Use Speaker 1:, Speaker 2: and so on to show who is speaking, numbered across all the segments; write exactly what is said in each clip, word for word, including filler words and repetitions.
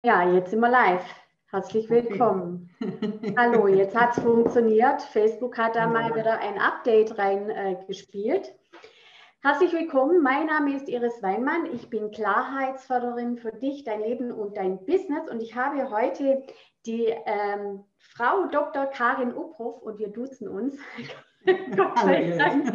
Speaker 1: Ja, jetzt sind wir live. Herzlich
Speaker 2: Okay.
Speaker 1: willkommen. Hallo, jetzt hat es funktioniert. Facebook hat da mal
Speaker 2: Wunderbar.
Speaker 1: wieder ein Update reingespielt. Äh, Herzlich willkommen. Mein Name ist Iris Weinmann. Ich bin Klarheitsförderin für dich, dein Leben und dein Business. Und ich habe heute die ähm, Frau Doktor Karin Uphoff und wir duzen uns. Gott
Speaker 2: Hallo
Speaker 1: sei
Speaker 2: Iris.
Speaker 1: Dank.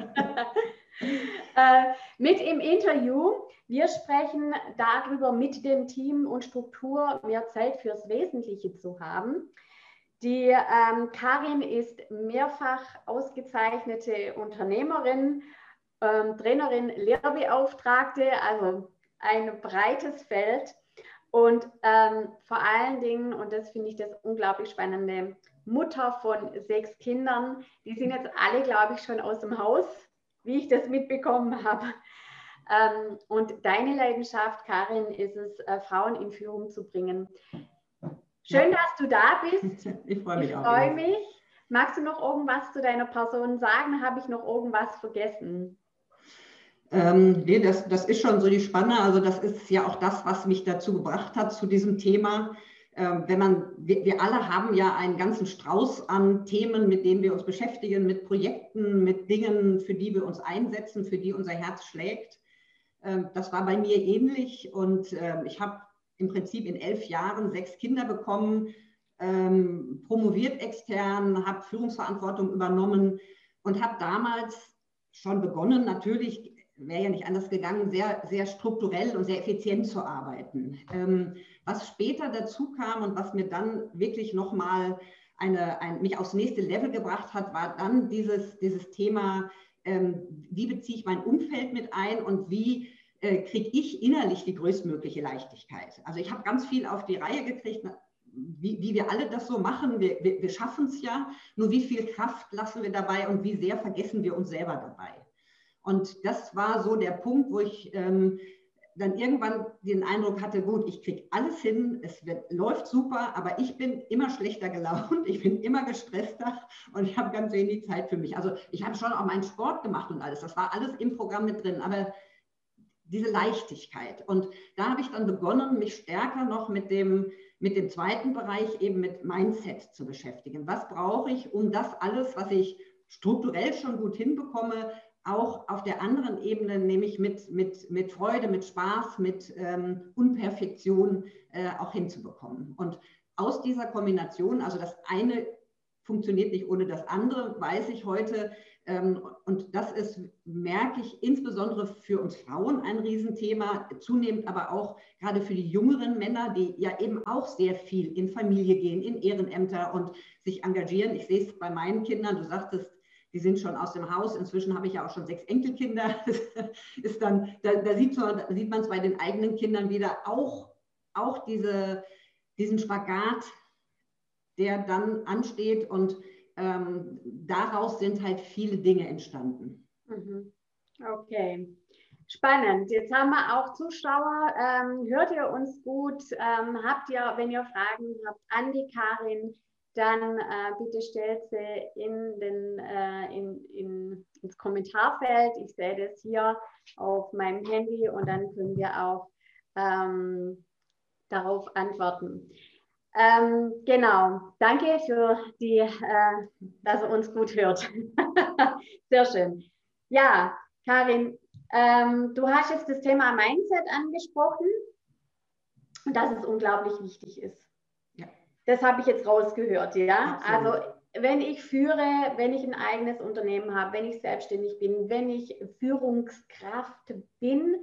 Speaker 1: äh, mit im Interview. Wir sprechen darüber, mit dem Team und Struktur mehr Zeit fürs Wesentliche zu haben. Die ähm, Karin ist mehrfach ausgezeichnete Unternehmerin, ähm, Trainerin, Lehrbeauftragte, also ein breites Feld und ähm, vor allen Dingen, und das finde ich das unglaublich Spannende, Mutter von sechs Kindern. Die sind jetzt alle, glaube ich, schon aus dem Haus, wie ich das mitbekommen habe. Ähm, und deine Leidenschaft, Karin, ist es, äh, Frauen in Führung zu bringen. Schön,
Speaker 2: Ja.
Speaker 1: dass du da bist.
Speaker 2: Ich freue
Speaker 1: Ich
Speaker 2: mich auch,
Speaker 1: freue
Speaker 2: Iris.
Speaker 1: mich. Magst du noch irgendwas zu deiner Person sagen? Habe ich noch irgendwas vergessen?
Speaker 2: Ähm, nee, das, das ist schon so die Spanne. Also das ist ja auch das, was mich dazu gebracht hat, zu diesem Thema. Ähm, wenn man, wir, wir alle haben ja einen ganzen Strauß an Themen, mit denen wir uns beschäftigen, mit Projekten, mit Dingen, für die wir uns einsetzen, für die unser Herz schlägt. Ähm, das war bei mir ähnlich und ähm, ich habe im Prinzip in elf Jahren sechs Kinder bekommen, ähm, promoviert extern, habe Führungsverantwortung übernommen und habe damals schon begonnen, natürlich wäre ja nicht anders gegangen, sehr, sehr strukturell und sehr effizient zu arbeiten. Ähm, was später dazu kam und was mir dann wirklich nochmal eine, ein, mich aufs nächste Level gebracht hat, war dann dieses, dieses Thema, ähm, wie beziehe ich mein Umfeld mit ein und wie äh, kriege ich innerlich die größtmögliche Leichtigkeit. Also ich habe ganz viel auf die Reihe gekriegt, wie, wie wir alle das so machen. Wir, wir, wir schaffen es ja, nur wie viel Kraft lassen wir dabei und wie sehr vergessen wir uns selber dabei. Und das war so der Punkt, wo ich ähm, dann irgendwann den Eindruck hatte, gut, ich kriege alles hin, es wird, läuft super, aber ich bin immer schlechter gelaunt, ich bin immer gestresster und ich habe ganz wenig Zeit für mich. Also ich habe schon auch meinen Sport gemacht und alles, das war alles im Programm mit drin, aber diese Leichtigkeit. Und da habe ich dann begonnen, mich stärker noch mit dem, mit dem zweiten Bereich, eben mit Mindset zu beschäftigen. Was brauche ich, um das alles, was ich strukturell schon gut hinbekomme, auch auf der anderen Ebene, nämlich mit, mit, mit Freude, mit Spaß, mit ähm, Unperfektion äh, auch hinzubekommen. Und aus dieser Kombination, also das eine funktioniert nicht ohne das andere, weiß ich heute. Ähm, und das ist, merke ich, insbesondere für uns Frauen ein Riesenthema, zunehmend aber auch gerade für die jüngeren Männer, die ja eben auch sehr viel in Familie gehen, in Ehrenämter und sich engagieren. Ich sehe es bei meinen Kindern, du sagtest, die sind schon aus dem Haus. Inzwischen habe ich ja auch schon sechs Enkelkinder. Ist dann, da, da sieht man es bei den eigenen Kindern wieder auch, auch diese, diesen Spagat, der dann ansteht und ähm, daraus sind halt viele Dinge entstanden.
Speaker 1: Mhm. Okay, spannend. Jetzt haben wir auch Zuschauer. Ähm, hört ihr uns gut? Ähm, habt ihr, wenn ihr Fragen habt an die Karin, dann äh, bitte stellt sie in den, äh, in, in, ins Kommentarfeld. Ich sehe das hier auf meinem Handy und dann können wir auch ähm, darauf antworten. Ähm, genau, danke für die, äh, dass ihr uns gut hört. Sehr schön. Ja, Karin, ähm, du hast jetzt das Thema Mindset angesprochen und dass es unglaublich wichtig ist.
Speaker 2: Ja.
Speaker 1: Das habe ich jetzt rausgehört, ja.
Speaker 2: Absolut.
Speaker 1: Also wenn ich führe, wenn ich ein eigenes Unternehmen habe, wenn ich selbstständig bin, wenn ich Führungskraft bin,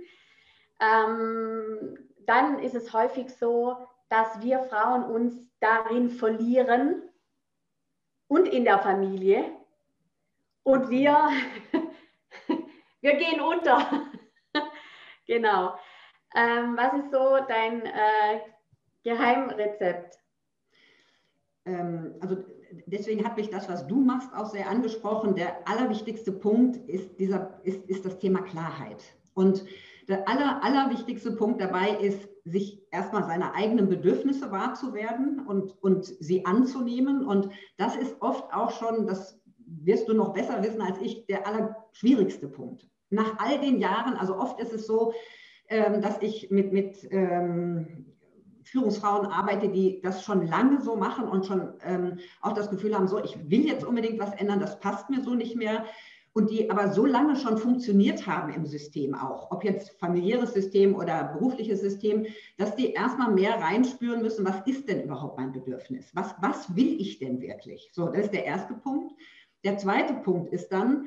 Speaker 1: ähm, dann ist es häufig so, dass wir Frauen uns darin verlieren und in der Familie und wir, wir gehen unter. Genau. Ähm, was ist so dein äh, Geheimrezept?
Speaker 2: Ähm, also deswegen hat mich das, was du machst, auch sehr angesprochen. Der allerwichtigste Punkt ist, dieser, ist, ist das Thema Klarheit. Und der aller, allerwichtigste Punkt dabei ist, sich erstmal seiner eigenen Bedürfnisse wahr zu werden und, und sie anzunehmen. Und das ist oft auch schon, das wirst du noch besser wissen als ich, der allerschwierigste Punkt. Nach all den Jahren, also oft ist es so, ähm, dass ich mit, mit ähm, Führungsfrauen arbeite, die das schon lange so machen und schon ähm, auch das Gefühl haben, so, ich will jetzt unbedingt was ändern, das passt mir so nicht mehr. Und die aber so lange schon funktioniert haben im System auch, ob jetzt familiäres System oder berufliches System, dass die erstmal mehr reinspüren müssen, was ist denn überhaupt mein Bedürfnis? Was, was will ich denn wirklich? So, das ist der erste Punkt. Der zweite Punkt ist dann,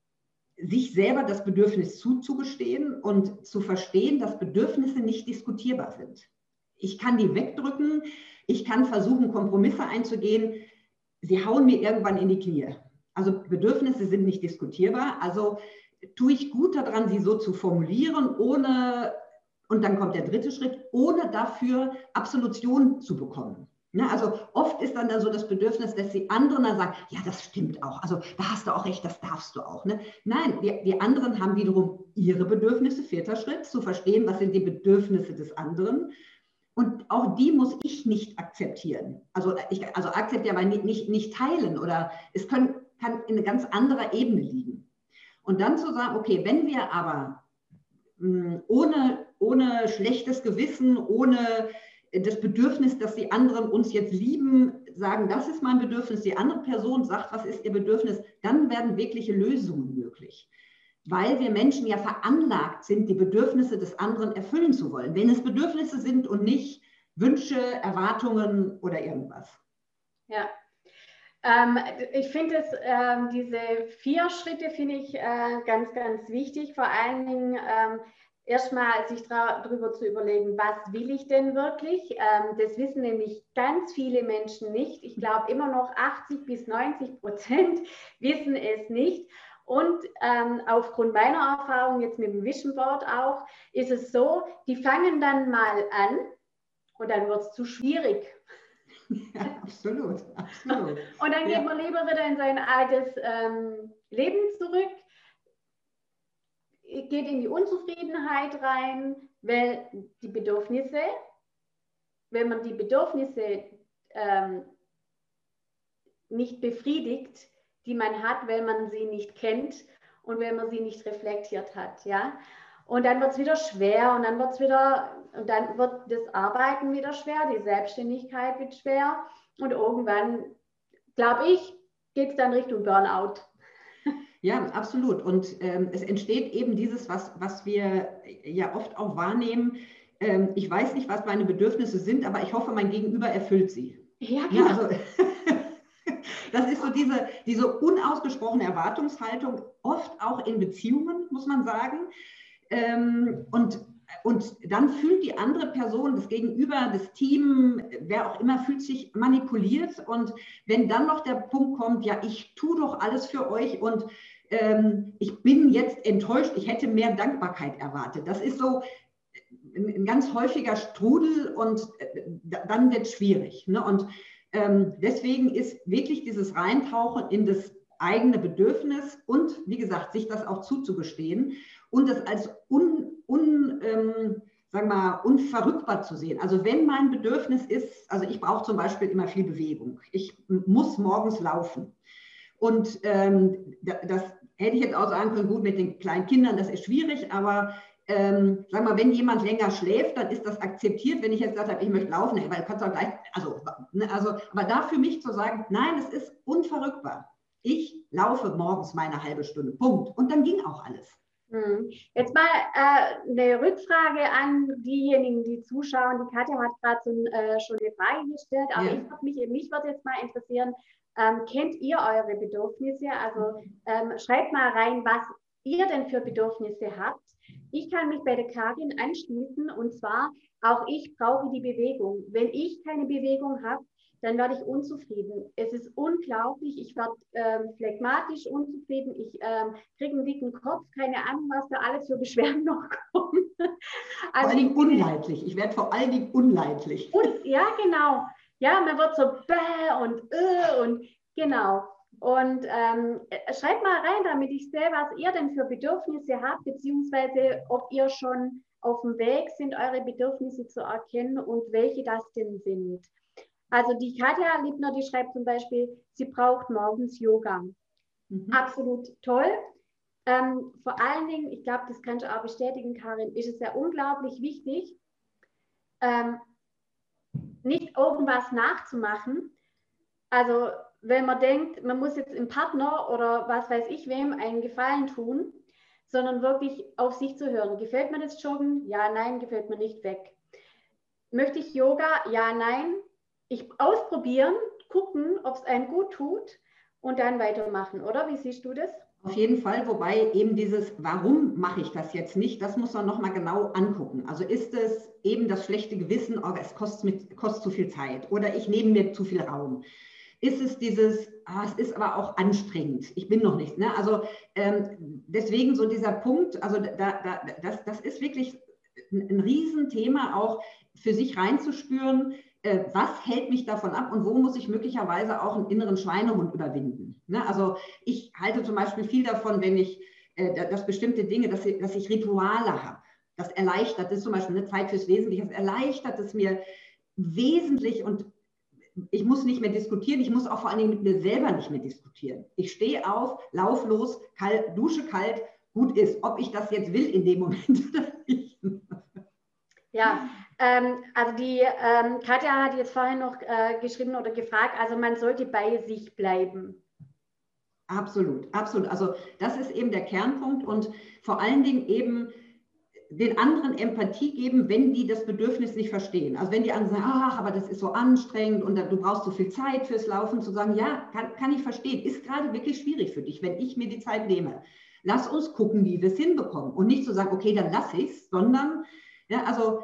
Speaker 2: sich selber das Bedürfnis zuzugestehen und zu verstehen, dass Bedürfnisse nicht diskutierbar sind. Ich kann die wegdrücken, ich kann versuchen, Kompromisse einzugehen, sie hauen mir irgendwann in die Knie. Also Bedürfnisse sind nicht diskutierbar, also tue ich gut daran, sie so zu formulieren, ohne, und dann kommt der dritte Schritt, ohne dafür Absolution zu bekommen. Ja, also oft ist dann, dann so das Bedürfnis, dass die anderen dann sagen, ja, das stimmt auch, also da hast du auch recht, das darfst du auch. Ne? Nein, die, die anderen haben wiederum ihre Bedürfnisse, vierter Schritt, zu verstehen, was sind die Bedürfnisse des anderen. Und auch die muss ich nicht akzeptieren. Also, ich, also akzeptieren, aber nicht, nicht, nicht teilen oder es können, kann in eine ganz andere Ebene liegen. Und dann zu sagen, okay, wenn wir aber mh, ohne, ohne schlechtes Gewissen, ohne das Bedürfnis, dass die anderen uns jetzt lieben, sagen, das ist mein Bedürfnis, die andere Person sagt, was ist ihr Bedürfnis, dann werden wirkliche Lösungen möglich. Weil wir Menschen ja veranlagt sind, die Bedürfnisse des anderen erfüllen zu wollen, wenn es Bedürfnisse sind und nicht Wünsche, Erwartungen oder irgendwas.
Speaker 1: Ja, ähm, ich finde es, ähm, diese vier Schritte finde ich äh, ganz, ganz wichtig, vor allen Dingen ähm, erstmal sich darüber zu überlegen, was will ich denn wirklich? Ähm, das wissen nämlich ganz viele Menschen nicht. Ich glaube immer noch achtzig bis neunzig Prozent wissen es nicht. Und ähm, aufgrund meiner Erfahrung jetzt mit dem Vision Board auch, ist es so, die fangen dann mal an und dann wird es zu schwierig.
Speaker 2: Ja, absolut, absolut.
Speaker 1: Und dann
Speaker 2: ja.
Speaker 1: geht man lieber wieder in sein altes ähm, Leben zurück, geht in die Unzufriedenheit rein, weil die Bedürfnisse, wenn man die Bedürfnisse ähm, nicht befriedigt, die man hat, weil man sie nicht kennt und wenn man sie nicht reflektiert hat, ja. Und dann wird es wieder schwer und dann wird es wieder, und dann wird das Arbeiten wieder schwer, die Selbstständigkeit wird schwer und irgendwann, glaube ich, geht es dann Richtung Burnout.
Speaker 2: Ja, absolut. Und ähm, es entsteht eben dieses, was, was wir ja oft auch wahrnehmen. Ähm, ich weiß nicht, was meine Bedürfnisse sind, aber ich hoffe, mein Gegenüber erfüllt sie.
Speaker 1: Ja, genau.
Speaker 2: Ja, also, das ist so diese, diese unausgesprochene Erwartungshaltung, oft auch in Beziehungen, muss man sagen. Ähm, und, und dann fühlt die andere Person, das Gegenüber, das Team, wer auch immer, fühlt sich manipuliert. Und wenn dann noch der Punkt kommt, ja, ich tue doch alles für euch und ähm, ich bin jetzt enttäuscht, ich hätte mehr Dankbarkeit erwartet. Das ist so ein, ein ganz häufiger Strudel und äh, dann wird es schwierig. Ne? Und ähm, deswegen ist wirklich dieses Reintauchen in das eigene Bedürfnis und, wie gesagt, sich das auch zuzugestehen und das als un, un, ähm, sagen wir mal, unverrückbar zu sehen. Also wenn mein Bedürfnis ist, also ich brauche zum Beispiel immer viel Bewegung. Ich muss morgens laufen. Und ähm, das hätte ich jetzt auch sagen können, gut, mit den kleinen Kindern, das ist schwierig, aber ähm, sagen wir mal, wenn jemand länger schläft, dann ist das akzeptiert. Wenn ich jetzt gesagt habe, ich möchte laufen, weil du kannst doch gleich, also, ne, also, aber da für mich zu sagen, nein, es ist unverrückbar. Ich laufe morgens meine halbe Stunde, Punkt. Und dann ging auch alles.
Speaker 1: Jetzt mal äh, eine Rückfrage an diejenigen, die zuschauen. Die Katja hat gerade so, äh, schon eine Frage gestellt, aber ja. ich mich, mich würde jetzt mal interessieren, ähm, kennt ihr eure Bedürfnisse? Also ähm, schreibt mal rein, was ihr denn für Bedürfnisse habt. Ich kann mich bei der Karin anschließen und zwar, auch ich brauche die Bewegung. Wenn ich keine Bewegung habe, dann werde ich unzufrieden. Es ist unglaublich, ich werde ähm, phlegmatisch unzufrieden, ich ähm, kriege einen dicken Kopf, keine Ahnung, was da alles für Beschwerden noch kommen.
Speaker 2: Also vor allem unleidlich, ich werde vor allen Dingen unleidlich.
Speaker 1: Und, ja, genau. Ja, man wird so bäh und äh und genau. Und ähm, schreibt mal rein, damit ich sehe, was ihr denn für Bedürfnisse habt, beziehungsweise ob ihr schon auf dem Weg sind, eure Bedürfnisse zu erkennen und welche das denn sind. Also die Katja Liebner, die schreibt zum Beispiel, sie braucht morgens Yoga. Mhm. Absolut toll. Ähm, vor allen Dingen, ich glaube, das kannst du auch bestätigen, Karin, ist es ja unglaublich wichtig, ähm, nicht irgendwas nachzumachen. Also wenn man denkt, man muss jetzt im Partner oder was weiß ich wem einen Gefallen tun, sondern wirklich auf sich zu hören. Gefällt mir das Joggen? Ja, nein, gefällt mir nicht, weg. Möchte ich Yoga? Ja, nein. Ich ausprobieren, gucken, ob es einem gut tut und dann weitermachen, oder? Wie siehst du das?
Speaker 2: Auf jeden Fall, wobei eben dieses, warum mache ich das jetzt nicht, das muss man nochmal genau angucken. Also ist es eben das schlechte Gewissen, oh, es kostet, mit, kostet zu viel Zeit oder ich nehme mir zu viel Raum. Ist es dieses, ah, es ist aber auch anstrengend, ich bin noch nicht. Ne? Also ähm, deswegen so dieser Punkt, also da, da, das, das ist wirklich ein, ein Riesenthema, auch für sich reinzuspüren, äh, was hält mich davon ab und wo muss ich möglicherweise auch einen inneren Schweinehund überwinden. Ne? Also ich halte zum Beispiel viel davon, wenn ich, äh, dass bestimmte Dinge, dass ich, dass ich Rituale habe. Das erleichtert, das ist zum Beispiel eine Zeit fürs Wesentliche, das erleichtert es mir wesentlich und ich muss nicht mehr diskutieren, ich muss auch vor allen Dingen mit mir selber nicht mehr diskutieren. Ich stehe auf, lauf los, kalt, dusche kalt, gut ist. Ob ich das jetzt will in dem Moment oder nicht.
Speaker 1: Ja, ähm, also die ähm, Katja hat jetzt vorhin noch äh, geschrieben oder gefragt, also man sollte bei sich bleiben.
Speaker 2: Absolut, absolut. Also das ist eben der Kernpunkt und vor allen Dingen eben den anderen Empathie geben, wenn die das Bedürfnis nicht verstehen. Also wenn die anderen sagen, ach, aber das ist so anstrengend und du brauchst so viel Zeit fürs Laufen, zu sagen, ja, kann, kann ich verstehen, ist gerade wirklich schwierig für dich, wenn ich mir die Zeit nehme. Lass uns gucken, wie wir es hinbekommen. Und nicht zu sagen, okay, dann lass ich es, sondern ja, also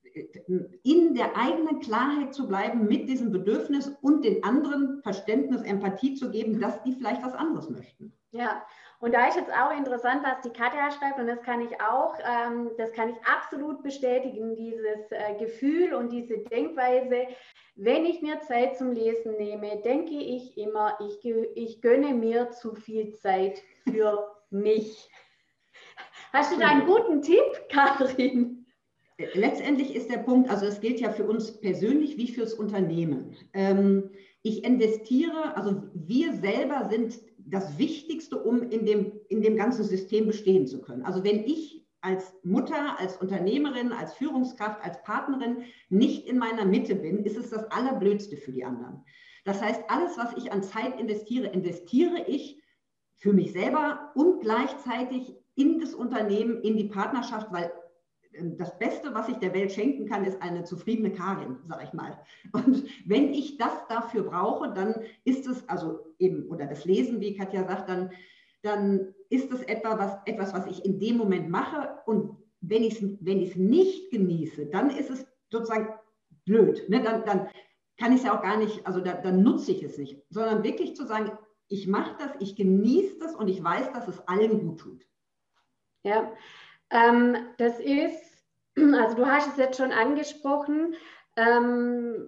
Speaker 2: in der eigenen Klarheit zu bleiben mit diesem Bedürfnis und den anderen Verständnis, Empathie zu geben, dass die vielleicht was anderes möchten.
Speaker 1: Ja, und da ist jetzt auch interessant, was die Katja schreibt, und das kann ich auch, ähm, das kann ich absolut bestätigen, dieses äh, Gefühl und diese Denkweise. Wenn ich mir Zeit zum Lesen nehme, denke ich immer, ich, ich gönne mir zu viel Zeit für mich. Hast du da einen guten Tipp, Kathrin?
Speaker 2: Letztendlich ist der Punkt, also es gilt ja für uns persönlich wie fürs Unternehmen. Ähm, ich investiere, also wir selber sind das Wichtigste, um in dem, in dem ganzen System bestehen zu können. Also wenn ich als Mutter, als Unternehmerin, als Führungskraft, als Partnerin nicht in meiner Mitte bin, ist es das Allerblödste für die anderen. Das heißt, alles, was ich an Zeit investiere, investiere ich für mich selber und gleichzeitig in das Unternehmen, in die Partnerschaft, weil das Beste, was ich der Welt schenken kann, ist eine zufriedene Karin, sage ich mal. Und wenn ich das dafür brauche, dann ist es, also eben, oder das Lesen, wie Katja sagt, dann, dann ist es etwa was, etwas, was ich in dem Moment mache. Und wenn ich es wenn ich es nicht genieße, dann ist es sozusagen blöd. Ne? Dann, dann kann ich es ja auch gar nicht, also da, dann nutze ich es nicht. Sondern wirklich zu sagen, ich mache das, ich genieße das und ich weiß, dass es allen gut tut.
Speaker 1: Ja. Ähm, das ist, also du hast es jetzt schon angesprochen, ähm,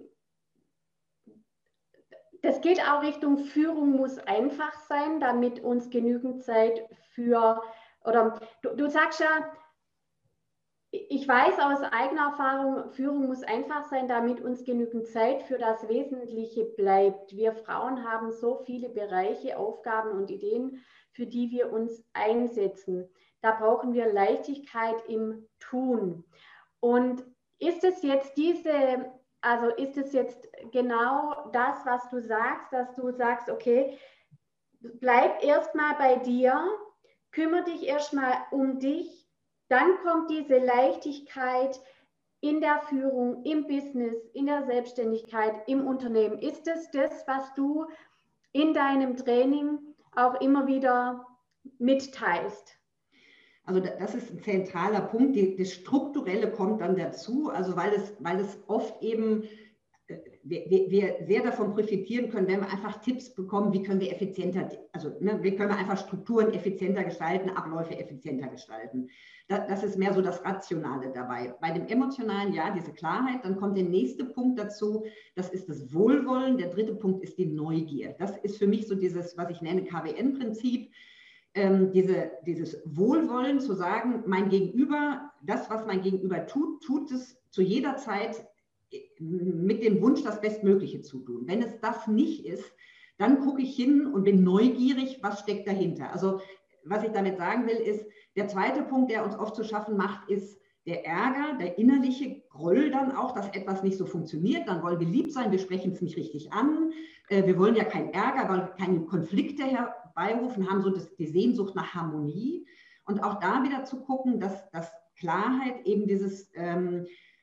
Speaker 1: das geht auch Richtung Führung muss einfach sein, damit uns genügend Zeit für, oder du, du sagst ja, ich weiß aus eigener Erfahrung, Führung muss einfach sein, damit uns genügend Zeit für das Wesentliche bleibt. Wir Frauen haben so viele Bereiche, Aufgaben und Ideen, für die wir uns einsetzen. Da brauchen wir Leichtigkeit im Tun. Und ist es jetzt diese, also ist es jetzt genau das, was du sagst, dass du sagst, okay, bleib erstmal bei dir, kümmere dich erstmal um dich, dann kommt diese Leichtigkeit in der Führung, im Business, in der Selbstständigkeit, im Unternehmen. Ist es das, was du in deinem Training auch immer wieder mitteilst?
Speaker 2: Also das ist ein zentraler Punkt. Die, das Strukturelle kommt dann dazu, also weil es, weil es oft eben, wir, wir sehr davon profitieren können, wenn wir einfach Tipps bekommen, wie können wir effizienter, also ne, wie können wir einfach Strukturen effizienter gestalten, Abläufe effizienter gestalten. Das, das ist mehr so das Rationale dabei. Bei dem Emotionalen, ja, diese Klarheit, dann kommt der nächste Punkt dazu, das ist das Wohlwollen. Der dritte Punkt ist die Neugier. Das ist für mich so dieses, was ich nenne, K W N-Prinzip. Ähm, diese, dieses Wohlwollen zu sagen, mein Gegenüber, das, was mein Gegenüber tut, tut es zu jeder Zeit mit dem Wunsch, das Bestmögliche zu tun. Wenn es das nicht ist, dann gucke ich hin und bin neugierig, was steckt dahinter. Also was ich damit sagen will, ist, der zweite Punkt, der uns oft zu schaffen macht, ist der Ärger, der innerliche Groll dann auch, dass etwas nicht so funktioniert. Dann wollen wir lieb sein, wir sprechen es nicht richtig an. Äh, wir wollen ja keinen Ärger, weil keine Konflikte herbeirufen, haben so das, die Sehnsucht nach Harmonie. Und auch da wieder zu gucken, dass, dass Klarheit eben dieses, ähm,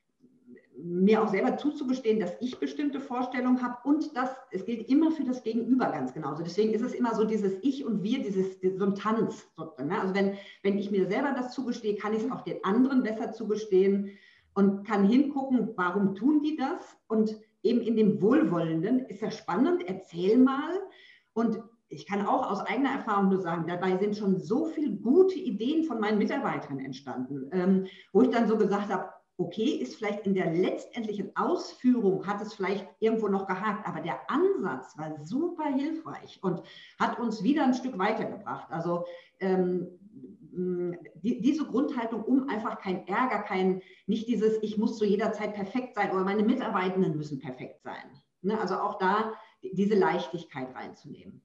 Speaker 2: mir auch selber zuzugestehen, dass ich bestimmte Vorstellungen habe und dass es gilt immer für das Gegenüber ganz genauso. Deswegen ist es immer so dieses Ich und Wir, dieses, so ein Tanz. Also wenn, wenn ich mir selber das zugestehe, kann ich es auch den anderen besser zugestehen und kann hingucken, warum tun die das? Und eben in dem Wohlwollenden ist ja spannend, erzähl mal. Und ich kann auch aus eigener Erfahrung nur sagen, dabei sind schon so viele gute Ideen von meinen Mitarbeitern entstanden, ähm, wo ich dann so gesagt habe, okay, ist vielleicht in der letztendlichen Ausführung, hat es vielleicht irgendwo noch gehakt, aber der Ansatz war super hilfreich und hat uns wieder ein Stück weitergebracht. Also ähm, die, diese Grundhaltung, um einfach kein Ärger, kein, nicht dieses, ich muss zu jeder Zeit perfekt sein oder meine Mitarbeitenden müssen perfekt sein. Ne? Also auch da diese Leichtigkeit reinzunehmen.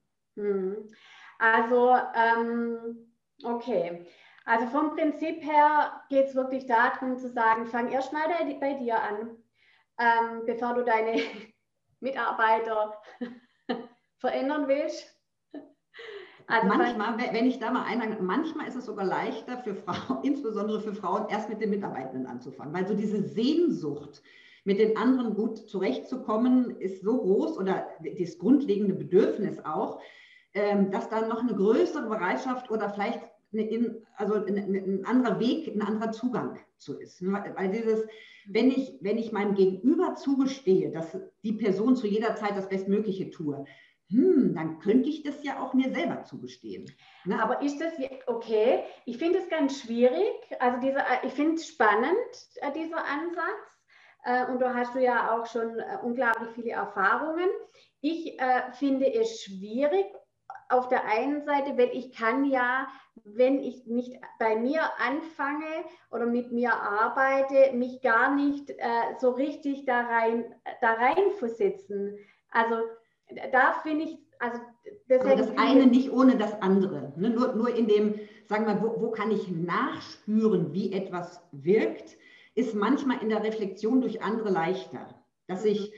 Speaker 1: Also, ähm, okay. Also vom Prinzip her geht es wirklich darum zu sagen, fang erstmal bei dir an, ähm, bevor du deine Mitarbeiter verändern willst.
Speaker 2: Also manchmal, wenn ich da mal einhänge, manchmal ist es sogar leichter für Frauen, insbesondere für Frauen, erst mit den Mitarbeitenden anzufangen, weil so diese Sehnsucht, mit den anderen gut zurechtzukommen, ist so groß oder das grundlegende Bedürfnis auch, dass dann noch eine größere Bereitschaft oder vielleicht In, also ein, ein anderer Weg, ein anderer Zugang zu ist. Weil dieses, wenn ich, wenn ich meinem Gegenüber zugestehe, dass die Person zu jeder Zeit das Bestmögliche tue, hm, dann könnte ich das ja auch mir selber zugestehen.
Speaker 1: Ne? Aber ist das, okay, ich finde es ganz schwierig, also dieser, ich finde es spannend, dieser Ansatz, und da hast du ja auch schon unglaublich viele Erfahrungen. Ich äh, finde es schwierig, auf der einen Seite, weil ich kann ja, wenn ich nicht bei mir anfange oder mit mir arbeite, mich gar nicht äh, so richtig da rein, da rein versetzen. Also da finde ich, also
Speaker 2: aber das eine nicht ohne das andere. Ne? Nur, nur in dem, sagen wir, wo, wo kann ich nachspüren, wie etwas wirkt, ist manchmal in der Reflexion durch andere leichter. Dass ich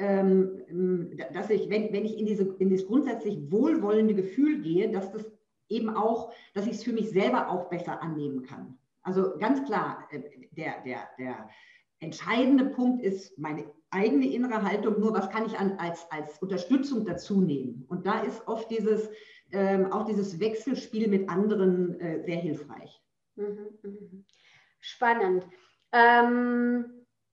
Speaker 2: dass ich, wenn, wenn ich in, diese, in dieses grundsätzlich wohlwollende Gefühl gehe, dass das eben auch, dass ich es für mich selber auch besser annehmen kann. Also ganz klar, der, der, der entscheidende Punkt ist meine eigene innere Haltung, nur was kann ich an, als, als Unterstützung dazu nehmen. Und da ist oft dieses, ähm, auch dieses Wechselspiel mit anderen äh, sehr hilfreich.
Speaker 1: Spannend. Ähm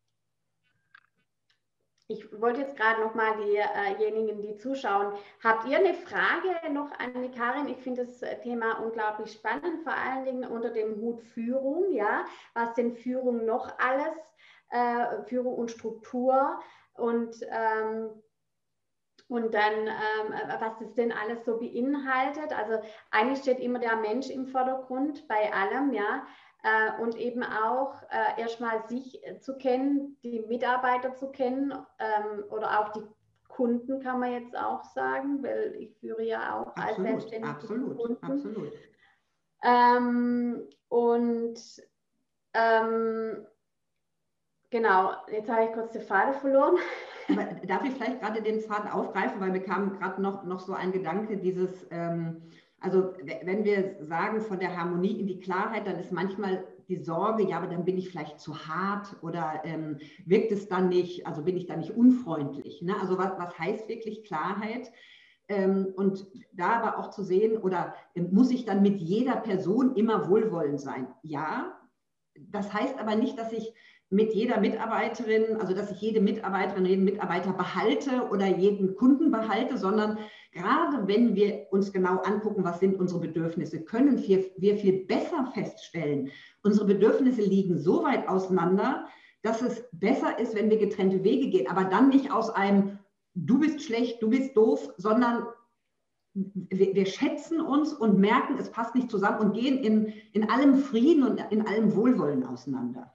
Speaker 1: Ich wollte jetzt gerade noch mal diejenigen, die zuschauen, habt ihr eine Frage noch an die Karin? Ich finde das Thema unglaublich spannend, vor allen Dingen unter dem Hut Führung, ja, was denn Führung noch alles, äh, Führung und Struktur und, ähm, und dann, ähm, was das denn alles so beinhaltet. Also eigentlich steht immer der Mensch im Vordergrund bei allem, ja. Und eben auch äh, erstmal sich äh, zu kennen, die Mitarbeiter zu kennen ähm, oder auch die Kunden, kann man jetzt auch sagen, weil ich führe ja auch
Speaker 2: absolut,
Speaker 1: als Selbstständige
Speaker 2: absolut,
Speaker 1: Kunden.
Speaker 2: Absolut.
Speaker 1: Ähm, und ähm, genau, jetzt habe ich kurz den Faden verloren.
Speaker 2: Aber darf ich vielleicht gerade den Faden aufgreifen, weil mir kam gerade noch, noch so ein Gedanke, dieses... Ähm, Also wenn wir sagen von der Harmonie in die Klarheit, dann ist manchmal die Sorge, ja, aber dann bin ich vielleicht zu hart oder ähm, wirkt es dann nicht, also bin ich dann nicht unfreundlich. Ne? Also was, was heißt wirklich Klarheit? Ähm, und da aber auch zu sehen, oder äh, muss ich dann mit jeder Person immer wohlwollend sein? Ja, das heißt aber nicht, dass ich mit jeder Mitarbeiterin, also dass ich jede Mitarbeiterin, jeden Mitarbeiter behalte oder jeden Kunden behalte, sondern gerade wenn wir uns genau angucken, was sind unsere Bedürfnisse, können wir, wir viel besser feststellen, unsere Bedürfnisse liegen so weit auseinander, dass es besser ist, wenn wir getrennte Wege gehen, aber dann nicht aus einem du bist schlecht, du bist doof, sondern wir, wir schätzen uns und merken, es passt nicht zusammen und gehen in, in allem Frieden und in allem Wohlwollen auseinander.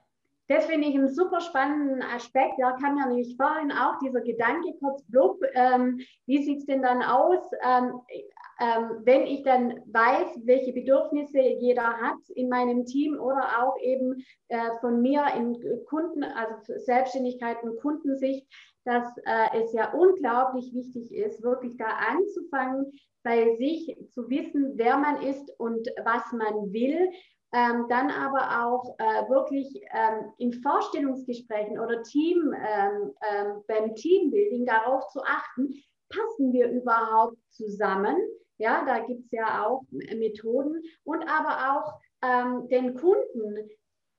Speaker 1: Das finde ich einen super spannenden Aspekt. Da kam ja nämlich vorhin auch dieser Gedanke kurz blub, ähm, wie sieht es denn dann aus, ähm, ähm, wenn ich dann weiß, welche Bedürfnisse jeder hat in meinem Team oder auch eben äh, von mir in Kunden, also Selbstständigkeit und Kundensicht, dass äh, es ja unglaublich wichtig ist, wirklich da anzufangen, bei sich zu wissen, wer man ist und was man will. Ähm, dann aber auch äh, wirklich ähm, in Vorstellungsgesprächen oder Team, ähm, ähm, beim Teambuilding darauf zu achten, passen wir überhaupt zusammen? Ja, da gibt es ja auch Methoden und aber auch ähm, den Kunden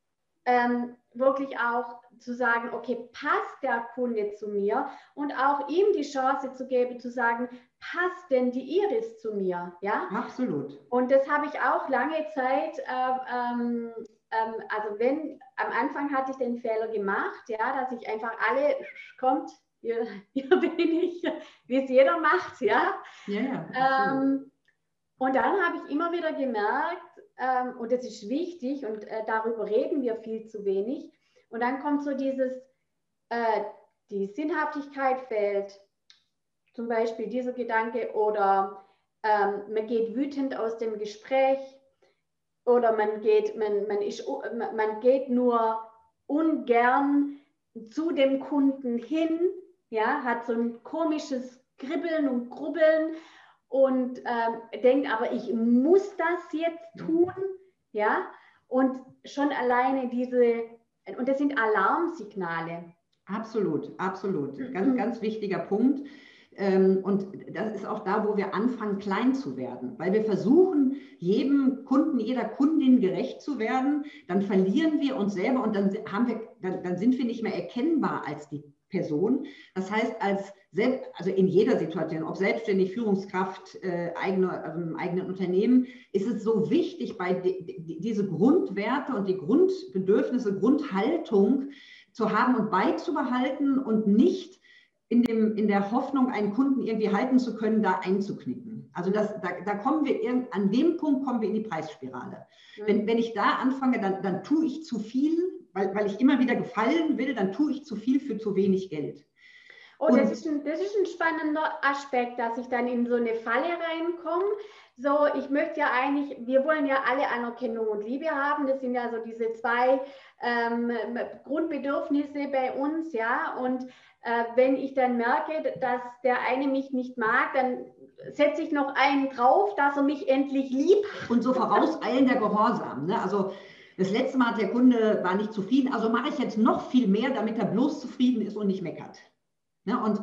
Speaker 1: ähm, wirklich auch zu sagen, okay, passt der Kunde zu mir und auch ihm die Chance zu geben, zu sagen, passt denn die Iris zu mir? Ja,
Speaker 2: absolut.
Speaker 1: Und das habe ich auch lange Zeit, äh, ähm, ähm, also wenn, am Anfang hatte ich den Fehler gemacht, ja, dass ich einfach alle, kommt, hier, hier bin ich, wie es jeder macht, ja.
Speaker 2: Ja, ja,
Speaker 1: ähm, und dann habe ich immer wieder gemerkt, ähm, und das ist wichtig und äh, darüber reden wir viel zu wenig, und dann kommt so dieses, äh, die Sinnhaftigkeit fehlt, zum Beispiel dieser Gedanke, oder ähm, man geht wütend aus dem Gespräch, oder man geht, man, man, ist, man geht nur ungern zu dem Kunden hin, ja, hat so ein komisches Kribbeln und Grubbeln und ähm, denkt, aber ich muss das jetzt tun, ja, und schon alleine diese, und das sind Alarmsignale.
Speaker 2: Absolut, absolut. Ganz, ganz wichtiger Punkt. Und das ist auch da, wo wir anfangen, klein zu werden, weil wir versuchen, jedem Kunden, jeder Kundin gerecht zu werden. Dann verlieren wir uns selber und dann, haben wir, dann, dann sind wir nicht mehr erkennbar als die Person. Das heißt, als also in jeder Situation, ob selbstständig, Führungskraft, äh, eigene, also im eigenen Unternehmen, ist es so wichtig, bei die, die, diese Grundwerte und die Grundbedürfnisse, Grundhaltung zu haben und beizubehalten und nicht in, dem, in der Hoffnung, einen Kunden irgendwie halten zu können, da einzuknicken. Also das, da, da kommen wir, irgend, an dem Punkt kommen wir in die Preisspirale. Mhm. Wenn, wenn ich da anfange, dann, dann tue ich zu viel, weil, weil ich immer wieder gefallen will, dann tue ich zu viel für zu wenig Geld.
Speaker 1: Oh, das ist, ein, das ist ein spannender Aspekt, dass ich dann in so eine Falle reinkomme. So, ich möchte ja eigentlich, wir wollen ja alle Anerkennung und Liebe haben. Das sind ja so diese zwei ähm, Grundbedürfnisse bei uns, ja. Und äh, wenn ich dann merke, dass der eine mich nicht mag, dann setze ich noch einen drauf, dass er mich endlich liebt.
Speaker 2: Und so vorauseilender Gehorsam, ne? Also das letzte Mal hat der Kunde war nicht zufrieden, also mache ich jetzt noch viel mehr, damit er bloß zufrieden ist und nicht meckert. Ne? Und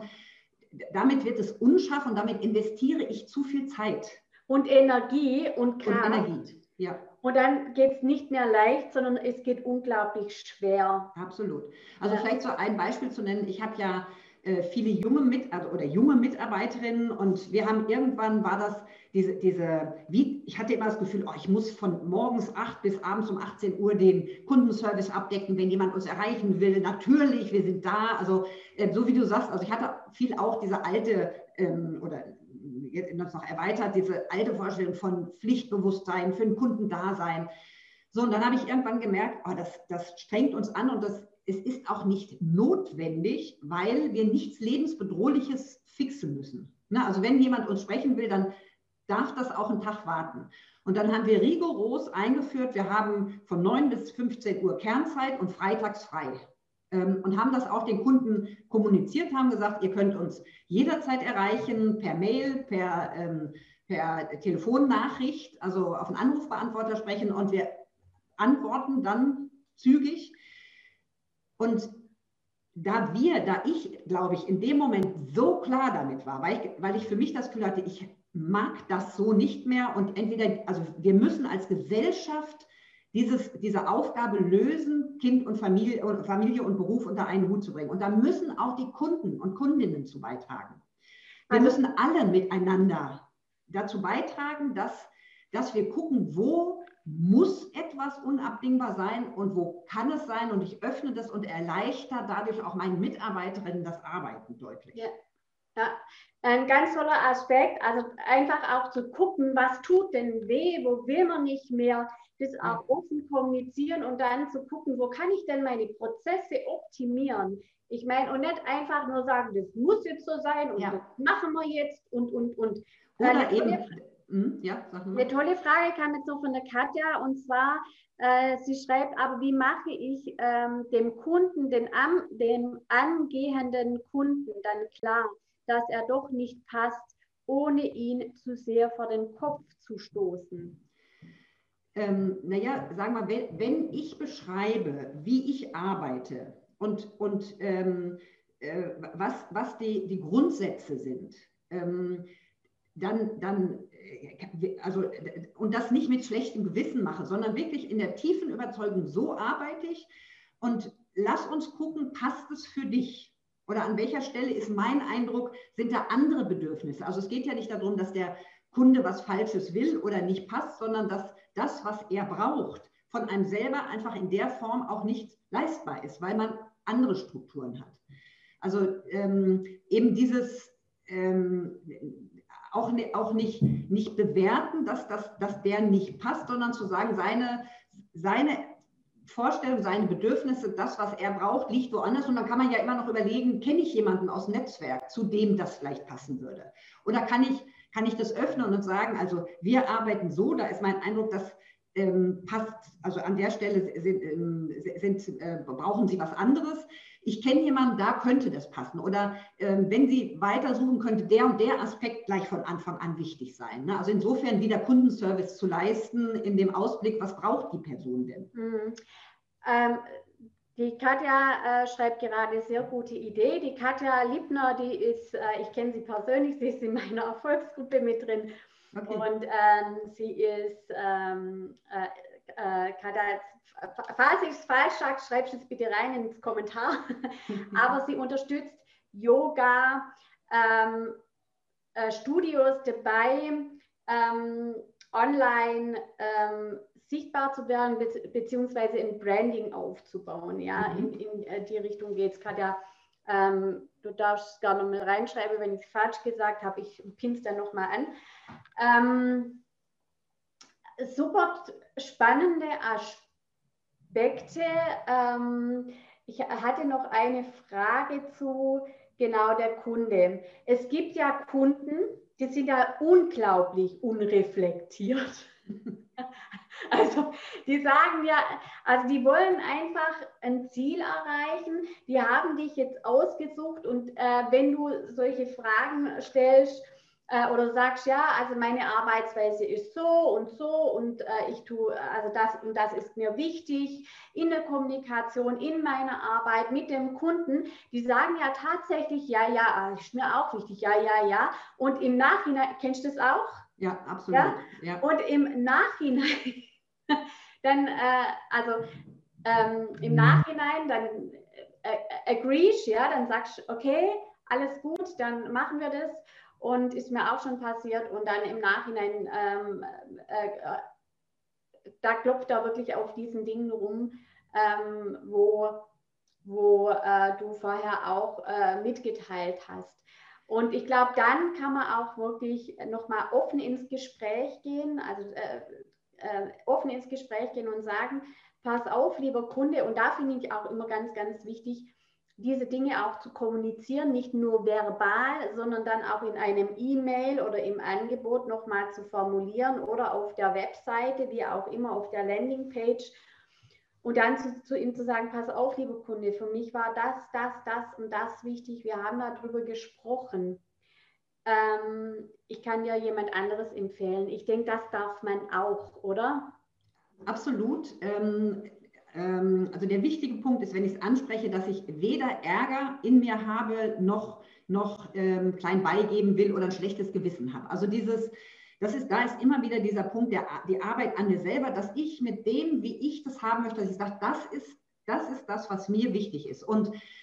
Speaker 2: damit wird es unscharf und damit investiere ich zu viel Zeit.
Speaker 1: Und Energie und Kraft.
Speaker 2: Und Energie, ja.
Speaker 1: Und dann geht es nicht mehr leicht, sondern es geht unglaublich schwer.
Speaker 2: Absolut. Also ja. Vielleicht so ein Beispiel zu nennen. Ich habe ja äh, viele junge Mit also, oder junge Mitarbeiterinnen und wir haben irgendwann war das diese, diese wie, ich hatte immer das Gefühl, oh, ich muss von morgens acht bis abends um achtzehn Uhr den Kundenservice abdecken, wenn jemand uns erreichen will. Natürlich, wir sind da. Also äh, so wie du sagst, also ich hatte viel auch diese alte ähm, oder jetzt noch erweitert, diese alte Vorstellung von Pflichtbewusstsein, für den Kundendasein. So, und dann habe ich irgendwann gemerkt, oh, das, das strengt uns an und das, es ist auch nicht notwendig, weil wir nichts Lebensbedrohliches fixen müssen. Na, also wenn jemand uns sprechen will, dann darf das auch einen Tag warten. Und dann haben wir rigoros eingeführt, wir haben von neun bis fünfzehn Uhr Kernzeit und freitags frei. Und haben das auch den Kunden kommuniziert, haben gesagt, ihr könnt uns jederzeit erreichen, per Mail, per, ähm, per Telefonnachricht, also auf einen Anrufbeantworter sprechen und wir antworten dann zügig. Und da wir, da ich, glaube ich, in dem Moment so klar damit war, weil ich, weil ich für mich das Gefühl hatte, ich mag das so nicht mehr und entweder, also wir müssen als Gesellschaft Dieses, diese Aufgabe lösen, Kind und Familie, Familie und Beruf unter einen Hut zu bringen. Und da müssen auch die Kunden und Kundinnen zu beitragen. Wir also, müssen alle miteinander dazu beitragen, dass, dass wir gucken, wo muss etwas unabdingbar sein und wo kann es sein. Und ich öffne das und erleichter dadurch auch meinen Mitarbeiterinnen das Arbeiten deutlich.
Speaker 1: Ja, ja. Ein ganz toller Aspekt, also einfach auch zu gucken, was tut denn weh, wo will man nicht mehr, das auch offen kommunizieren und dann zu gucken, wo kann ich denn meine Prozesse optimieren. Ich meine, und nicht einfach nur sagen, das muss jetzt so sein und ja. das machen wir jetzt und, und, und.
Speaker 2: Oder äh, eben, tolle, ja, sag mal.
Speaker 1: Eine tolle Frage kam jetzt noch von der Katja und zwar, äh, sie schreibt, aber wie mache ich ähm, dem Kunden, den, am, dem angehenden Kunden dann klar, dass er doch nicht passt, ohne ihn zu sehr vor den Kopf zu stoßen?
Speaker 2: Ähm, naja, sagen wir, wenn, wenn ich beschreibe, wie ich arbeite und, und ähm, äh, was, was die, die Grundsätze sind, ähm, dann, dann, also, und das nicht mit schlechtem Gewissen mache, sondern wirklich in der tiefen Überzeugung, so arbeite ich und lass uns gucken, passt es für dich? Oder an welcher Stelle ist mein Eindruck, sind da andere Bedürfnisse? Also es geht ja nicht darum, dass der Kunde was Falsches will oder nicht passt, sondern dass das, was er braucht, von einem selber einfach in der Form auch nicht leistbar ist, weil man andere Strukturen hat. Also ähm, eben dieses ähm, auch, ne, auch nicht, nicht bewerten, dass, dass, dass der nicht passt, sondern zu sagen, seine, seine Vorstellung, seine Bedürfnisse, das, was er braucht, liegt woanders. Und dann kann man ja immer noch überlegen, kenne ich jemanden aus dem Netzwerk, zu dem das vielleicht passen würde? Oder kann ich, kann ich das öffnen und sagen, also wir arbeiten so, da ist mein Eindruck, dass ähm, passt, also an der Stelle sind, sind, sind, äh, brauchen Sie was anderes. Ich kenne jemanden, da könnte das passen. Oder ähm, wenn Sie weitersuchen, könnte der und der Aspekt gleich von Anfang an wichtig sein. Ne? Also insofern wieder Kundenservice zu leisten in dem Ausblick, was braucht die Person denn?
Speaker 1: Mhm. Ähm, die Katja äh, schreibt gerade, sehr gute Idee. Die Katja Liebner, die ist, äh, ich kenne sie persönlich, sie ist in meiner Erfolgsgruppe mit drin. Okay. Und ähm, sie ist, ähm, äh, äh, Katja, falls ich es falsch sage, schreib es bitte rein ins Kommentar. Aber sie unterstützt Yoga, ähm, äh, Studios dabei, ähm, online ähm, sichtbar zu werden, be beziehungsweise ein Branding aufzubauen. Ja? Mhm. In, in äh, die Richtung geht es. Katja, ähm, du darfst gar noch mal reinschreiben, wenn ich es falsch gesagt habe. Ich pinne es dann nochmal an. Ähm, super spannende Aspekte. Ähm, ich hatte noch eine Frage zu genau der Kunde. Es gibt ja Kunden, die sind ja unglaublich unreflektiert. Also die sagen ja, also die wollen einfach ein Ziel erreichen, die haben dich jetzt ausgesucht und äh, wenn du solche Fragen stellst äh, oder sagst, ja, also meine Arbeitsweise ist so und so und äh, ich tue, also das und das ist mir wichtig in der Kommunikation, in meiner Arbeit mit dem Kunden, die sagen ja tatsächlich, ja, ja, ist mir auch wichtig, ja, ja, ja und im Nachhinein, kennst du das auch?
Speaker 2: Ja, absolut.
Speaker 1: Ja? Ja. Und im Nachhinein, dann, äh, also ähm, im Nachhinein, dann äh, agreest, ja, dann sagst du, okay, alles gut, dann machen wir das. Und ist mir auch schon passiert. Und dann im Nachhinein, ähm, äh, äh, da klopft er wirklich auf diesen Dingen rum, ähm, wo, wo äh, du vorher auch äh, mitgeteilt hast. Und ich glaube, dann kann man auch wirklich nochmal offen ins Gespräch gehen, also äh, äh, offen ins Gespräch gehen und sagen, pass auf, lieber Kunde, und da finde ich auch immer ganz, ganz wichtig, diese Dinge auch zu kommunizieren, nicht nur verbal, sondern dann auch in einem E-Mail oder im Angebot nochmal zu formulieren oder auf der Webseite, wie auch immer auf der Landingpage. Und dann zu, zu ihm zu sagen, pass auf, lieber Kunde, für mich war das, das, das und das wichtig. Wir haben darüber gesprochen. Ähm, ich kann dir jemand anderes empfehlen. Ich denke, das darf man auch, oder?
Speaker 2: Absolut. Ähm, ähm, also der wichtige Punkt ist, wenn ich es anspreche, dass ich weder Ärger in mir habe, noch, noch ähm, klein beigeben will oder ein schlechtes Gewissen habe. Also dieses... Das ist, da ist immer wieder dieser Punkt, der, die Arbeit an mir selber, dass ich mit dem, wie ich das haben möchte, dass ich sage, das ist, das ist das, was mir wichtig ist. Und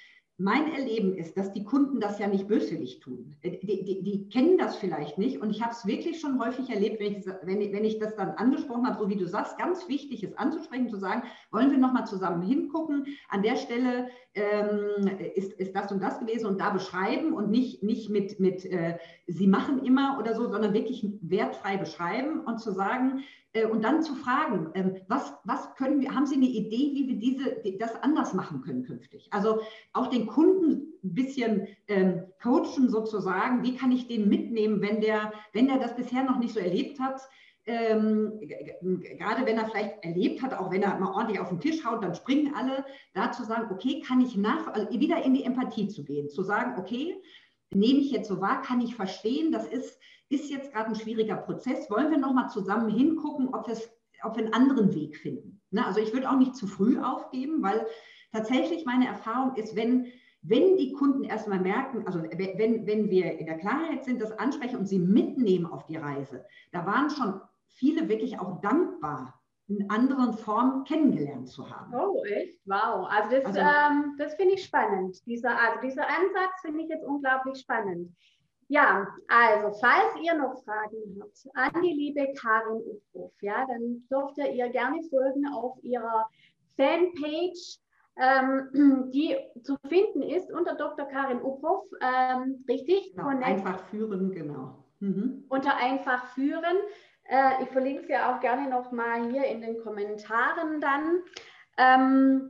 Speaker 2: mein Erleben ist, dass die Kunden das ja nicht böswillig tun. Die, die, die kennen das vielleicht nicht und ich habe es wirklich schon häufig erlebt, wenn ich, wenn, ich, wenn ich das dann angesprochen habe, so wie du sagst, ganz wichtig ist anzusprechen, zu sagen, wollen wir nochmal zusammen hingucken, an der Stelle ähm, ist, ist das und das gewesen und da beschreiben und nicht, nicht mit, mit äh, sie machen immer oder so, sondern wirklich wertfrei beschreiben und zu sagen, äh, und dann zu fragen, ähm, was, was können wir, haben Sie eine Idee, wie wir diese, die, das anders machen können künftig? Also auch den Kunden ein bisschen ähm, coachen sozusagen, wie kann ich den mitnehmen, wenn der, wenn der das bisher noch nicht so erlebt hat, ähm, gerade wenn er vielleicht erlebt hat, auch wenn er mal ordentlich auf den Tisch haut, dann springen alle, da zu sagen, okay, kann ich nach, also wieder in die Empathie zu gehen, zu sagen, okay, nehme ich jetzt so wahr, kann ich verstehen, das ist, ist jetzt gerade ein schwieriger Prozess, wollen wir nochmal zusammen hingucken, ob, ob wir einen anderen Weg finden. Ne? Also ich würde auch nicht zu früh aufgeben, weil tatsächlich meine Erfahrung ist, wenn, wenn die Kunden erstmal merken, also wenn, wenn wir in der Klarheit sind, das ansprechen und sie mitnehmen auf die Reise, da waren schon viele wirklich auch dankbar, in anderen Formen kennengelernt zu haben.
Speaker 1: Oh, echt? Wow. Also das, also, ähm, das finde ich spannend. Dieser, also dieser Ansatz finde ich jetzt unglaublich spannend. Ja, also falls ihr noch Fragen habt an die liebe Karin Uphoff, ja, dann dürft ihr ihr gerne folgen auf ihrer Fanpage, ähm, die zu finden ist unter Doktor Karin Uphoff, ähm, richtig?
Speaker 2: Genau, einfach führen, genau. Mhm.
Speaker 1: Unter einfach führen. Äh, ich verlinke es ja auch gerne nochmal hier in den Kommentaren dann. Ähm,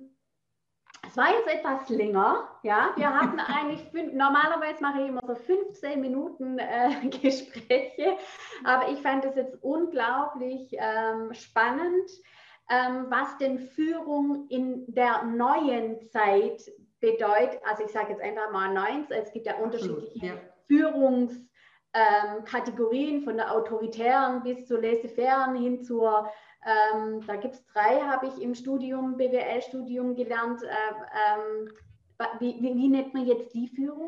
Speaker 1: es war jetzt etwas länger, ja. Wir hatten eigentlich, fünf, normalerweise mache ich immer so fünfzehn Minuten äh, Gespräche, aber ich fand es jetzt unglaublich ähm, spannend, ähm, was denn Führung in der neuen Zeit bedeutet. Also ich sage jetzt einfach mal neun, es gibt ja unterschiedliche ja. Führungs- Ähm, Kategorien von der autoritären bis zur laissez-faire hin zur, ähm, da gibt es drei, habe ich im Studium, B W L-Studium gelernt. Äh, ähm, wie, wie, wie nennt man jetzt die Führung?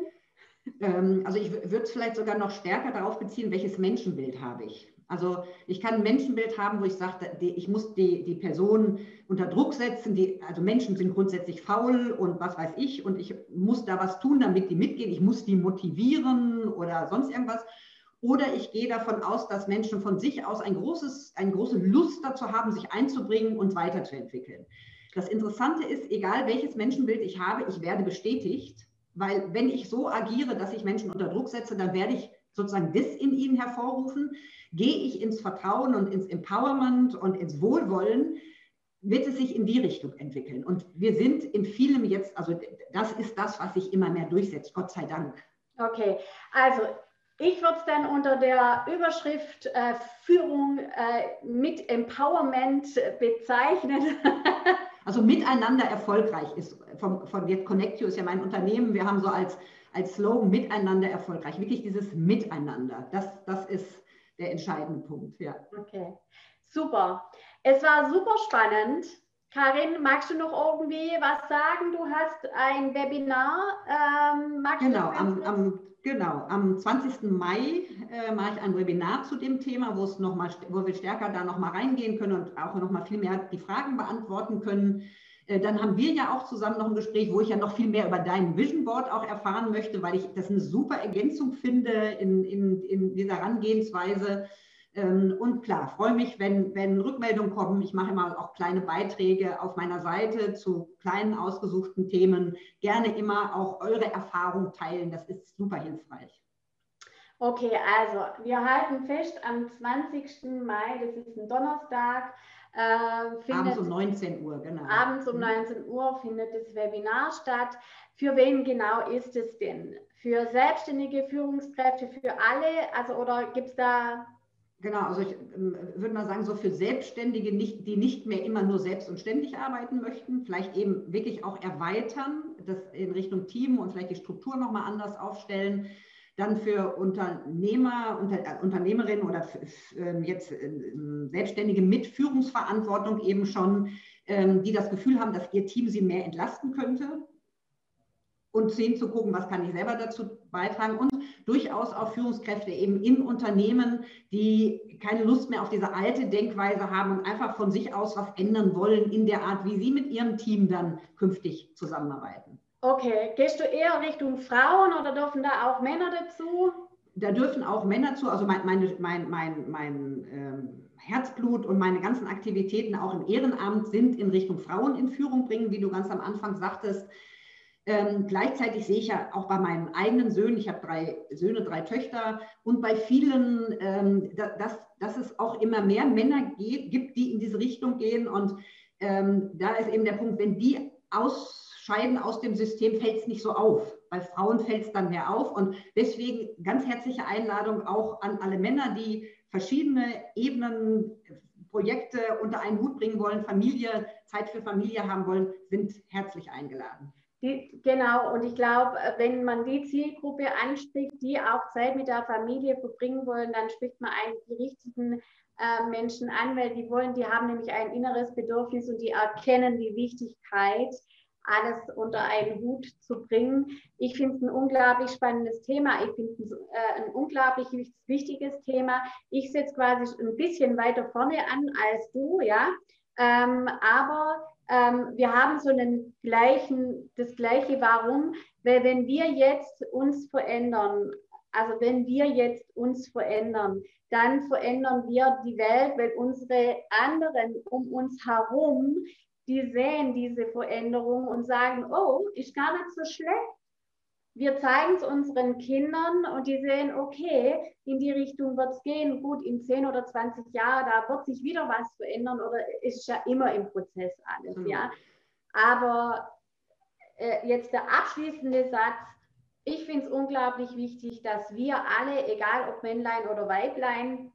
Speaker 2: Ähm, also ich würde es vielleicht sogar noch stärker darauf beziehen, welches Menschenbild habe ich. Also ich kann ein Menschenbild haben, wo ich sage, ich muss die, die Person unter Druck setzen. Die, also Menschen sind grundsätzlich faul und was weiß ich und ich muss da was tun, damit die mitgehen. Ich muss die motivieren oder sonst irgendwas. Oder ich gehe davon aus, dass Menschen von sich aus ein großes, eine große Lust dazu haben, sich einzubringen und weiterzuentwickeln. Das Interessante ist, egal welches Menschenbild ich habe, ich werde bestätigt, weil wenn ich so agiere, dass ich Menschen unter Druck setze, dann werde ich sozusagen das in ihnen hervorrufen. Gehe ich ins Vertrauen und ins Empowerment und ins Wohlwollen, wird es sich in die Richtung entwickeln. Und wir sind in vielem jetzt, also das ist das, was sich immer mehr durchsetzt, Gott sei Dank.
Speaker 1: Okay, also ich würde es dann unter der Überschrift äh, Führung äh, mit Empowerment bezeichnen.
Speaker 2: Also miteinander erfolgreich ist, von, von Get Connect You ist ja mein Unternehmen, wir haben so als, als Slogan miteinander erfolgreich, wirklich dieses Miteinander, das, das ist der entscheidende Punkt. Ja.
Speaker 1: Okay, super. Es war super spannend. Karin, magst du noch irgendwie was sagen? Du hast ein Webinar. Ähm, magst
Speaker 2: genau,
Speaker 1: du
Speaker 2: am, am, genau, am zwanzigsten Mai äh, mache ich ein Webinar zu dem Thema, wo, es noch mal, wo wir stärker da noch mal reingehen können und auch noch mal viel mehr die Fragen beantworten können. Äh, dann haben wir ja auch zusammen noch ein Gespräch, wo ich ja noch viel mehr über dein Vision Board auch erfahren möchte, weil ich das eine super Ergänzung finde in, in, in dieser Herangehensweise. Und klar, freue mich, wenn, wenn Rückmeldungen kommen. Ich mache immer auch kleine Beiträge auf meiner Seite zu kleinen ausgesuchten Themen. Gerne immer auch eure Erfahrung teilen. Das ist super hilfreich.
Speaker 1: Okay, also wir halten fest, am zwanzigsten Mai, das ist ein Donnerstag, äh, findet,
Speaker 2: abends um neunzehn Uhr, genau.
Speaker 1: Abends um neunzehn Uhr findet das Webinar statt. Für wen genau ist es denn? Für selbstständige Führungskräfte, für alle? Also oder gibt es da...
Speaker 2: Genau, also ich ähm, würde mal sagen, so für Selbstständige, nicht, die nicht mehr immer nur selbst und ständig arbeiten möchten, vielleicht eben wirklich auch erweitern, das in Richtung Team und vielleicht die Struktur nochmal anders aufstellen. Dann für Unternehmer, unter, äh, Unternehmerinnen oder für, äh, jetzt äh, Selbstständige mit Führungsverantwortung eben schon, ähm, die das Gefühl haben, dass ihr Team sie mehr entlasten könnte. Und sehen zu gucken, was kann ich selber dazu beitragen und durchaus auch Führungskräfte eben in Unternehmen, die keine Lust mehr auf diese alte Denkweise haben und einfach von sich aus was ändern wollen in der Art, wie sie mit ihrem Team dann künftig zusammenarbeiten.
Speaker 1: Okay, gehst du eher Richtung Frauen oder dürfen da auch Männer dazu?
Speaker 2: Da dürfen auch Männer zu, also mein, meine, mein, mein, mein ähm, Herzblut und meine ganzen Aktivitäten auch im Ehrenamt sind in Richtung Frauen in Führung bringen, wie du ganz am Anfang sagtest. Ähm, gleichzeitig sehe ich ja auch bei meinen eigenen Söhnen, ich habe drei Söhne, drei Töchter und bei vielen, ähm, da, dass, dass es auch immer mehr Männer geht, gibt, die in diese Richtung gehen. Und ähm, da ist eben der Punkt, wenn die ausscheiden aus dem System, fällt es nicht so auf. Bei Frauen fällt es dann mehr auf. Und deswegen ganz herzliche Einladung auch an alle Männer, die verschiedene Ebenen, Projekte unter einen Hut bringen wollen, Familie, Zeit für Familie haben wollen, sind herzlich eingeladen.
Speaker 1: Die, genau, und ich glaube, wenn man die Zielgruppe anspricht, die auch Zeit mit der Familie verbringen wollen, dann spricht man eigentlich die richtigen äh, Menschen an, weil die wollen, die haben nämlich ein inneres Bedürfnis und die erkennen die Wichtigkeit, alles unter einen Hut zu bringen. Ich finde es ein unglaublich spannendes Thema. Ich finde es äh, ein unglaublich wichtiges Thema. Ich setze quasi ein bisschen weiter vorne an als du, ja. Ähm, aber ähm, wir haben so einen gleichen, das gleiche Warum, weil wenn wir jetzt uns verändern, also wenn wir jetzt uns verändern, dann verändern wir die Welt, weil unsere anderen um uns herum, die sehen diese Veränderung und sagen, oh, ist gar nicht so schlecht. Wir zeigen es unseren Kindern und die sehen, okay, in die Richtung wird es gehen. Gut, in zehn oder zwanzig Jahren, da wird sich wieder was verändern oder ist ja immer im Prozess alles. Mhm. Ja. Aber äh, jetzt der abschließende Satz. Ich finde es unglaublich wichtig, dass wir alle, egal ob Männlein oder Weiblein,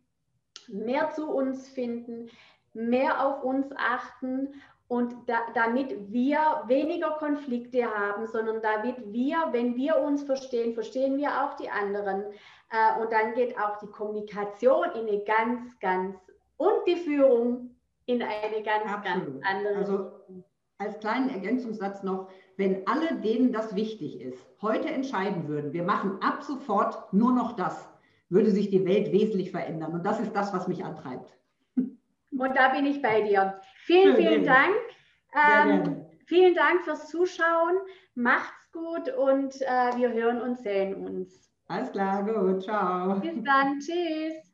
Speaker 1: mehr zu uns finden, mehr auf uns achten und da, damit wir weniger Konflikte haben, sondern damit wir, wenn wir uns verstehen, verstehen wir auch die anderen. Äh, und dann geht auch die Kommunikation in eine ganz, ganz und die Führung in eine ganz,
Speaker 2: Absolut.
Speaker 1: ganz andere
Speaker 2: also,
Speaker 1: Richtung.
Speaker 2: Als kleinen Ergänzungssatz noch, wenn alle, denen das wichtig ist, heute entscheiden würden, wir machen ab sofort nur noch das, würde sich die Welt wesentlich verändern. Und das ist das, was mich antreibt.
Speaker 1: Und da bin ich bei dir. Vielen,
Speaker 2: Schön,
Speaker 1: vielen
Speaker 2: gerne.
Speaker 1: Dank. Ähm, vielen Dank fürs Zuschauen. Macht's gut und äh, wir hören und sehen uns.
Speaker 2: Alles klar, gut, ciao.
Speaker 1: Bis dann, tschüss.